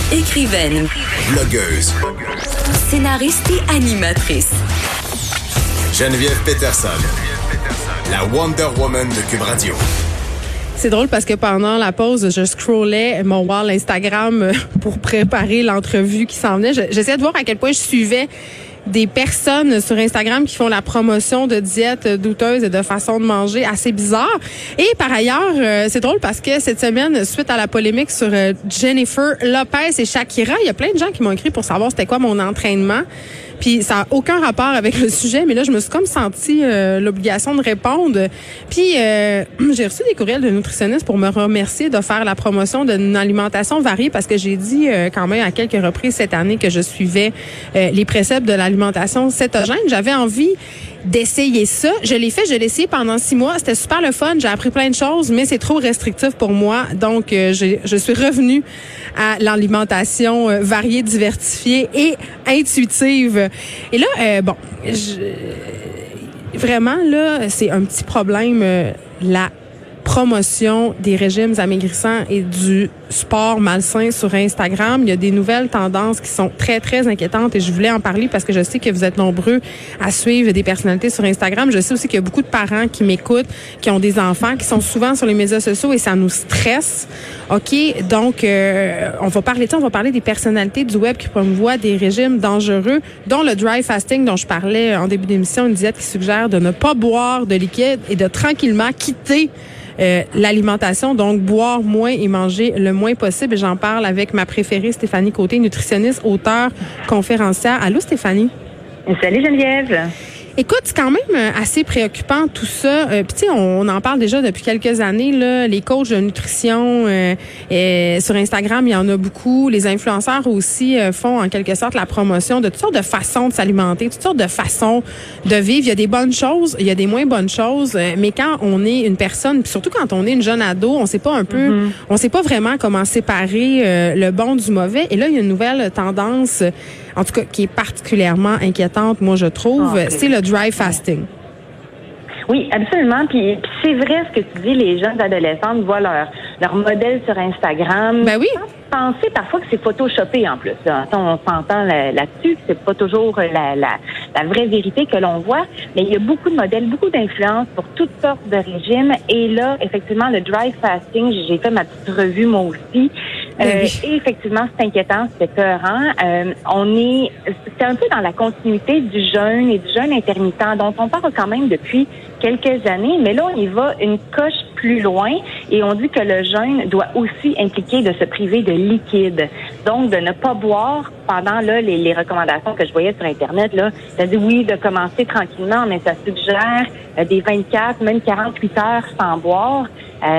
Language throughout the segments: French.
Écrivaine, blogueuse, scénariste et animatrice. Geneviève Peterson, la Wonder Woman de Cube Radio. C'est drôle parce que pendant la pause, je scrollais mon wall Instagram pour préparer l'entrevue qui s'en venait. J'essayais de voir à quel point je suivais des personnes sur Instagram qui font la promotion de diètes douteuses et de façons de manger assez bizarres. Et par ailleurs, c'est drôle parce que cette semaine, suite à la polémique sur Jennifer Lopez et Shakira, il y a plein de gens qui m'ont écrit pour savoir c'était quoi mon entraînement. Puis ça n'a aucun rapport avec le sujet, mais là, je me suis comme senti l'obligation de répondre. Puis j'ai reçu des courriels de nutritionnistes pour me remercier de faire la promotion d'une alimentation variée parce que j'ai dit quand même à quelques reprises cette année que je suivais les préceptes de l'alimentation cétogène. J'avais envie d'essayer ça. Je l'ai fait, je l'ai essayé pendant 6 mois. C'était super le fun. J'ai appris plein de choses, mais c'est trop restrictif pour moi. Donc, je suis revenue à l'alimentation variée, diversifiée et intuitive. Et là, vraiment, là, c'est un petit problème, la promotion des régimes amaigrissants et du sport malsain sur Instagram. Il y a des nouvelles tendances qui sont très, très inquiétantes et je voulais en parler parce que je sais que vous êtes nombreux à suivre des personnalités sur Instagram. Je sais aussi qu'il y a beaucoup de parents qui m'écoutent, qui ont des enfants, qui sont souvent sur les médias sociaux et ça nous stresse. OK? Donc, on va parler des personnalités du web qui promouvoient des régimes dangereux, dont le dry fasting dont je parlais en début d'émission, une diète qui suggère de ne pas boire de liquide et de tranquillement quitter l'alimentation, donc boire moins et manger le moins possible. Et j'en parle avec ma préférée, Stéphanie Côté, nutritionniste, auteure, conférencière. Allô, Stéphanie? Salut, Geneviève. Écoute, c'est quand même assez préoccupant tout ça. Puis tu sais, on en parle déjà depuis quelques années là. Les coachs de nutrition sur Instagram, il y en a beaucoup. Les influenceurs aussi font en quelque sorte la promotion de toutes sortes de façons de s'alimenter, toutes sortes de façons de vivre. Il y a des bonnes choses, il y a des moins bonnes choses. Mais quand on est une personne, puis surtout quand on est une jeune ado, on sait pas on sait pas vraiment comment séparer le bon du mauvais. Et là, il y a une nouvelle tendance, en tout cas, qui est particulièrement inquiétante, moi, je trouve, c'est le dry fasting. Oui, absolument. Puis c'est vrai ce que tu dis, les jeunes adolescentes voient leur modèle sur Instagram. Ben oui. Penser parfois que c'est photoshopé en plus. On s'entend là-dessus, que c'est pas toujours la vraie vérité que l'on voit, mais il y a beaucoup de modèles, beaucoup d'influences pour toutes sortes de régimes. Et là, effectivement, le dry fasting, j'ai fait ma petite revue moi aussi. Et effectivement, c'est inquiétant, c'est peurant. C'est un peu dans la continuité du jeûne et du jeûne intermittent dont on parle quand même depuis quelques années, mais là, on y va une coche plus loin et on dit que le jeûne doit aussi impliquer de se priver de liquide. Donc, de ne pas boire pendant là les recommandations que je voyais sur Internet, là, ça dit oui, de commencer tranquillement, mais ça suggère des 24, même 48 heures sans boire.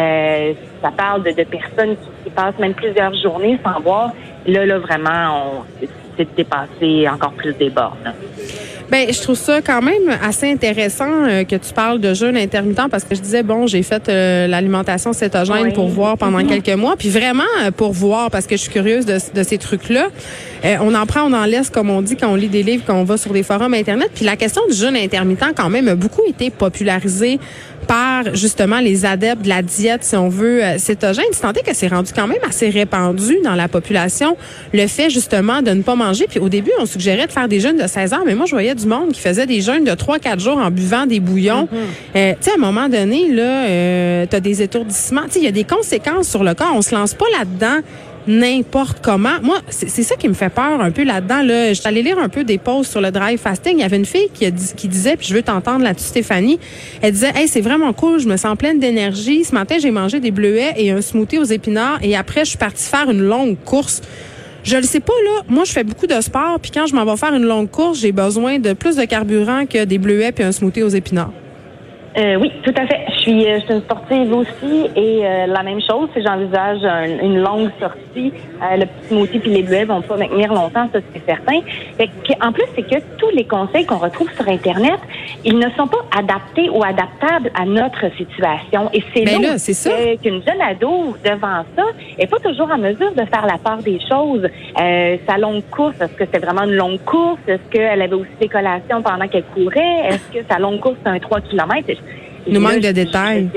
Ça parle de personnes qui passent même plusieurs journées sans boire. Là, vraiment, c'est dépassé encore plus des bornes. Ben, je trouve ça quand même assez intéressant que tu parles de jeûne intermittent parce que je disais, bon, j'ai fait l'alimentation cétogène pour voir pendant quelques mois, puis vraiment pour voir parce que je suis curieuse de ces trucs-là. On en prend, on en laisse, comme on dit, quand on lit des livres, quand on va sur des forums Internet. Puis la question du jeûne intermittent, quand même, a beaucoup été popularisée par, justement, les adeptes de la diète, si on veut, cétogène. Si tant est que c'est rendu quand même assez répandu dans la population, le fait, justement, de ne pas manger. Puis au début, on suggérait de faire des jeûnes de 16 heures, mais moi, je voyais du monde qui faisait des jeûnes de 3-4 jours en buvant des bouillons. Tu sais, à un moment donné, là, t'as des étourdissements. Tu sais, il y a des conséquences sur le corps. On se lance pas là-dedans n'importe comment. Moi, c'est ça qui me fait peur un peu là-dedans. Là, je suis allée lire un peu des posts sur le dry fasting. Il y avait une fille qui disait, puis je veux t'entendre là-dessus, Stéphanie. Elle disait, hey, c'est vraiment cool, je me sens pleine d'énergie. Ce matin, j'ai mangé des bleuets et un smoothie aux épinards et après, je suis partie faire une longue course. Je le sais pas, là. Moi, je fais beaucoup de sport, puis quand je m'en vais faire une longue course, j'ai besoin de plus de carburant que des bleuets puis un smoothie aux épinards. Oui, tout à fait. Je suis une sportive aussi et la même chose, si j'envisage une longue sortie, le petit smoothie puis les bleuets vont pas me tenir longtemps, ça c'est certain. En plus, c'est que tous les conseils qu'on retrouve sur Internet, ils ne sont pas adaptés ou adaptables à notre situation. Et c'est là c'est ça. Qu'une jeune ado, devant ça, est pas toujours en mesure de faire la part des choses. Sa longue course, est-ce que c'est vraiment une longue course? Est-ce qu'elle avait aussi des collations pendant qu'elle courait? Est-ce que sa longue course, c'est un 3 km? Il nous manque de détails.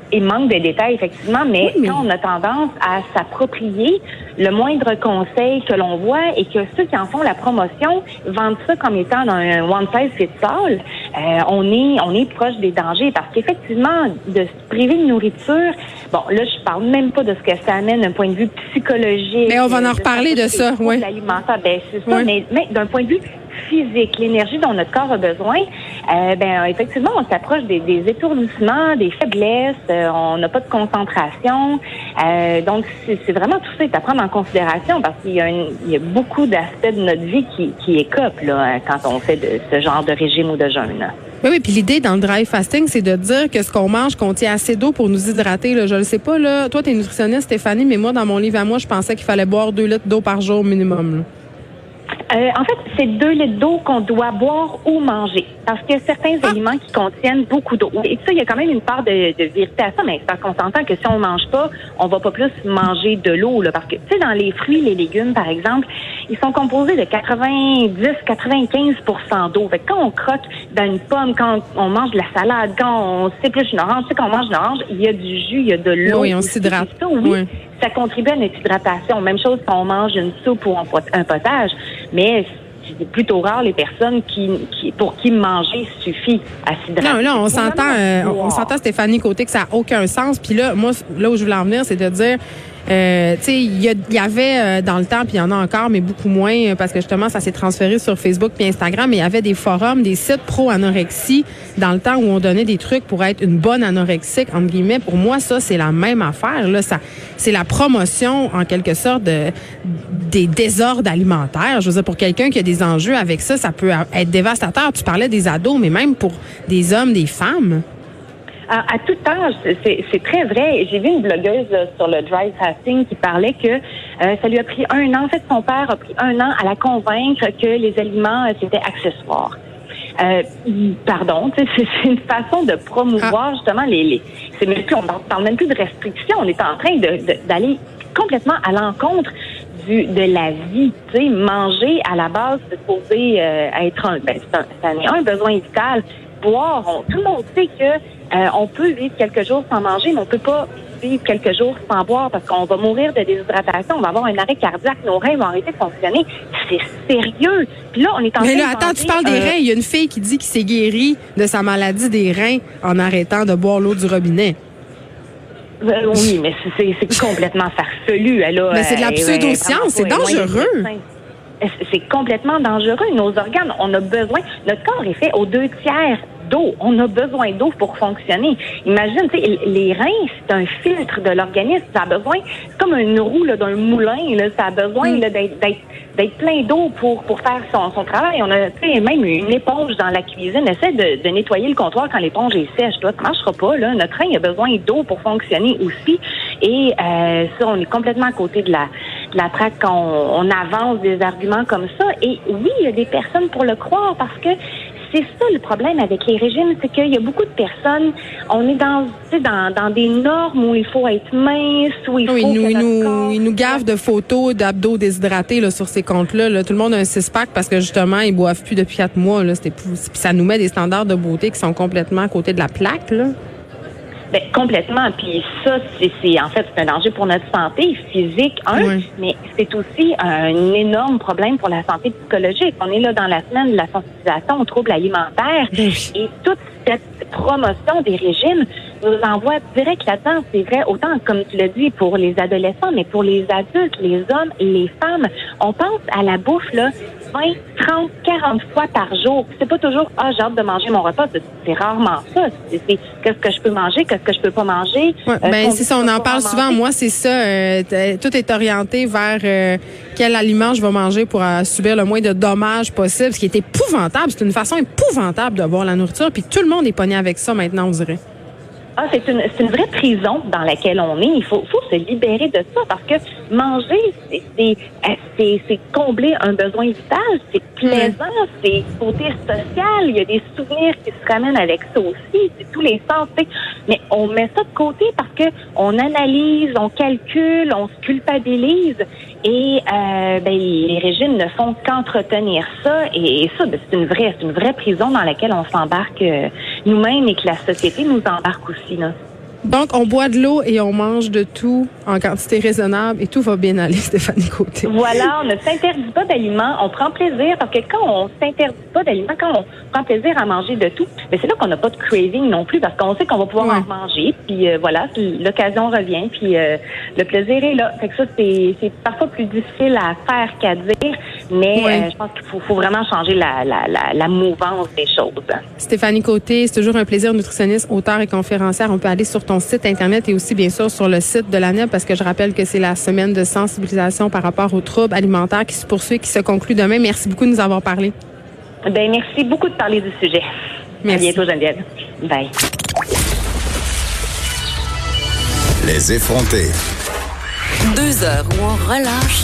il manque de détails, effectivement, mais quand on a tendance à s'approprier le moindre conseil que l'on voit et que ceux qui en font la promotion vendent ça comme étant un one size fits all, on est proche des dangers parce qu'effectivement, de se priver de nourriture, bon, là, je parle même pas de ce que ça amène d'un point de vue psychologique. Mais on va en reparler de ça, oui. L'alimentaire, c'est ça, mais d'un point de vue physique, l'énergie dont notre corps a besoin, effectivement, on s'approche des étourdissements, des faiblesses, on n'a pas de concentration. Donc, c'est vraiment tout ça à prendre en considération parce qu'il y a beaucoup d'aspects de notre vie qui écopent là, quand on fait de ce genre de régime ou de jeûne. Oui, puis l'idée dans le dry fasting, c'est de dire que ce qu'on mange contient assez d'eau pour nous hydrater. Là. Je ne sais pas, là, toi, tu es nutritionniste, Stéphanie, mais moi, dans mon livre à moi, je pensais qu'il fallait boire 2 litres d'eau par jour minimum. Là. En fait, c'est 2 litres d'eau qu'on doit boire ou manger. Parce qu'il y a certains aliments qui contiennent beaucoup d'eau. Et ça, il y a quand même une part de vérité à ça, mais parce qu'on s'entend que si on mange pas, on va pas plus manger de l'eau, là. Parce que, tu sais, dans les fruits, les légumes, par exemple, ils sont composés de 90-95% d'eau. Fait que quand on croque dans une pomme, quand on mange de la salade, quand on s'épluche une orange, tu sais, quand on mange une orange, il y a du jus, il y a de l'eau. Oui, on s'hydrate. Ça, oui. Ça contribue à notre hydratation. Même chose quand on mange une soupe ou un potage. Mais c'est plutôt rare les personnes pour qui manger suffit à s'hydrater. Non, là, on s'entend, Stéphanie Côté, que ça n'a aucun sens. Puis là, moi, là où je voulais en venir, c'est de dire, tu sais, il y avait dans le temps, puis il y en a encore, mais beaucoup moins, parce que justement, ça s'est transféré sur Facebook puis Instagram, mais il y avait des forums, des sites pro-anorexie dans le temps où on donnait des trucs pour être une bonne anorexique, entre guillemets. Pour moi, ça, c'est la même affaire. Là, c'est la promotion, en quelque sorte, des désordres alimentaires. Je veux dire, pour quelqu'un qui a des enjeux avec ça, ça peut être dévastateur. Tu parlais des ados, mais même pour des hommes, des femmes. À tout âge, c'est très vrai. J'ai vu une blogueuse sur le dry fasting qui parlait que ça lui a pris 1 an. En fait, son père a pris 1 an à la convaincre que les aliments, c'était accessoire. Pardon, c'est une façon de promouvoir justement c'est même plus, on parle même plus de restrictions. On est en train d'aller complètement à l'encontre de la vie. Tu sais, manger à la base, c'est supposé être un besoin vital. Boire, tout le monde sait que on peut vivre quelques jours sans manger, mais on peut pas vivre quelques jours sans boire parce qu'on va mourir de déshydratation, on va avoir un arrêt cardiaque, nos reins vont arrêter de fonctionner. C'est sérieux. Puis là, on est en train de... Mais là, attends, tu parles des reins. Il y a une fille qui dit qu'il s'est guérie de sa maladie des reins en arrêtant de boire l'eau du robinet. Oui, mais c'est complètement farfelu. Mais c'est de la pseudo-science, c'est dangereux. C'est complètement dangereux. Nos organes, on a besoin... Notre corps est fait aux 2 tiers d'eau. On a besoin d'eau pour fonctionner. Imagine, tu sais, les reins, c'est un filtre de l'organisme. Ça a besoin, c'est comme une roue là, d'un moulin. Là, ça a besoin là, d'être plein d'eau pour faire son travail. On a même une éponge dans la cuisine. Essaie de nettoyer le comptoir quand l'éponge est sèche. Toi, ça marchera pas. Là. Notre rein a besoin d'eau pour fonctionner aussi. Et ça, on est complètement à côté de la traque quand on avance des arguments comme ça. Et oui, il y a des personnes pour le croire parce que c'est ça le problème avec les régimes, c'est qu'il y a beaucoup de personnes, on est dans des normes où il faut être mince, où il faut ils nous gavent de photos d'abdos déshydratés là, sur ces comptes-là. Là. Tout le monde a un 6-pack parce que justement, ils boivent plus depuis 4 mois. Là. Puis ça nous met des standards de beauté qui sont complètement à côté de la plaque. Là. Ben, complètement. Puis ça, en fait, c'est un danger pour notre santé physique, mais c'est aussi un énorme problème pour la santé psychologique. On est là dans la semaine de la sensibilisation aux troubles alimentaires et toute cette promotion des régimes nous envoie direct là-dedans. C'est vrai, autant, comme tu l'as dit, pour les adolescents, mais pour les adultes, les hommes, les femmes. On pense à la bouffe, là, 20, 30, 40 fois par jour. C'est pas toujours, j'ai hâte de manger mon repas. C'est rarement ça. C'est qu'est-ce que je peux manger, qu'est-ce que je peux pas manger. Ouais, c'est ça, on en parle souvent. Moi, c'est ça. Tout est orienté vers quel aliment je vais manger pour subir le moins de dommages possible, ce qui est épouvantable. C'est une façon épouvantable de boire la nourriture, puis tout le monde est pogné avec ça maintenant, on dirait. C'est une vraie prison dans laquelle on est. Il faut se libérer de ça parce que manger, c'est combler un besoin vital, c'est plaisant, c'est côté social. Il y a des souvenirs qui se ramènent avec ça aussi. C'est tous les sens. Mais on met ça de côté parce que on analyse, on calcule, on se culpabilise. Et les régimes ne font qu'entretenir ça. Et ça, c'est une vraie prison dans laquelle on s'embarque nous-mêmes et que la société nous embarque aussi. Là. Donc, on boit de l'eau et on mange de tout en quantité raisonnable et tout va bien aller, Stéphanie Côté. Voilà, on ne s'interdit pas d'aliments, on prend plaisir, parce que quand on s'interdit pas d'aliments, quand on prend plaisir à manger de tout, mais c'est là qu'on n'a pas de craving non plus, parce qu'on sait qu'on va pouvoir en manger, puis voilà, l'occasion revient, puis le plaisir est là. Fait que ça, c'est parfois plus difficile à faire qu'à dire, mais je pense qu'il faut vraiment changer la mouvance des choses. Stéphanie Côté, c'est toujours un plaisir, nutritionniste, auteure et conférencière. On peut aller sur ton site Internet et aussi, bien sûr, sur le site de l'ANEB, parce que je rappelle que c'est la semaine de sensibilisation par rapport aux troubles alimentaires qui se poursuit et qui se conclut demain. Merci beaucoup de nous avoir parlé. Ben, merci beaucoup de parler du sujet. Merci. À bientôt, Geneviève. Bye. Les effrontés. 2 heures où on relâche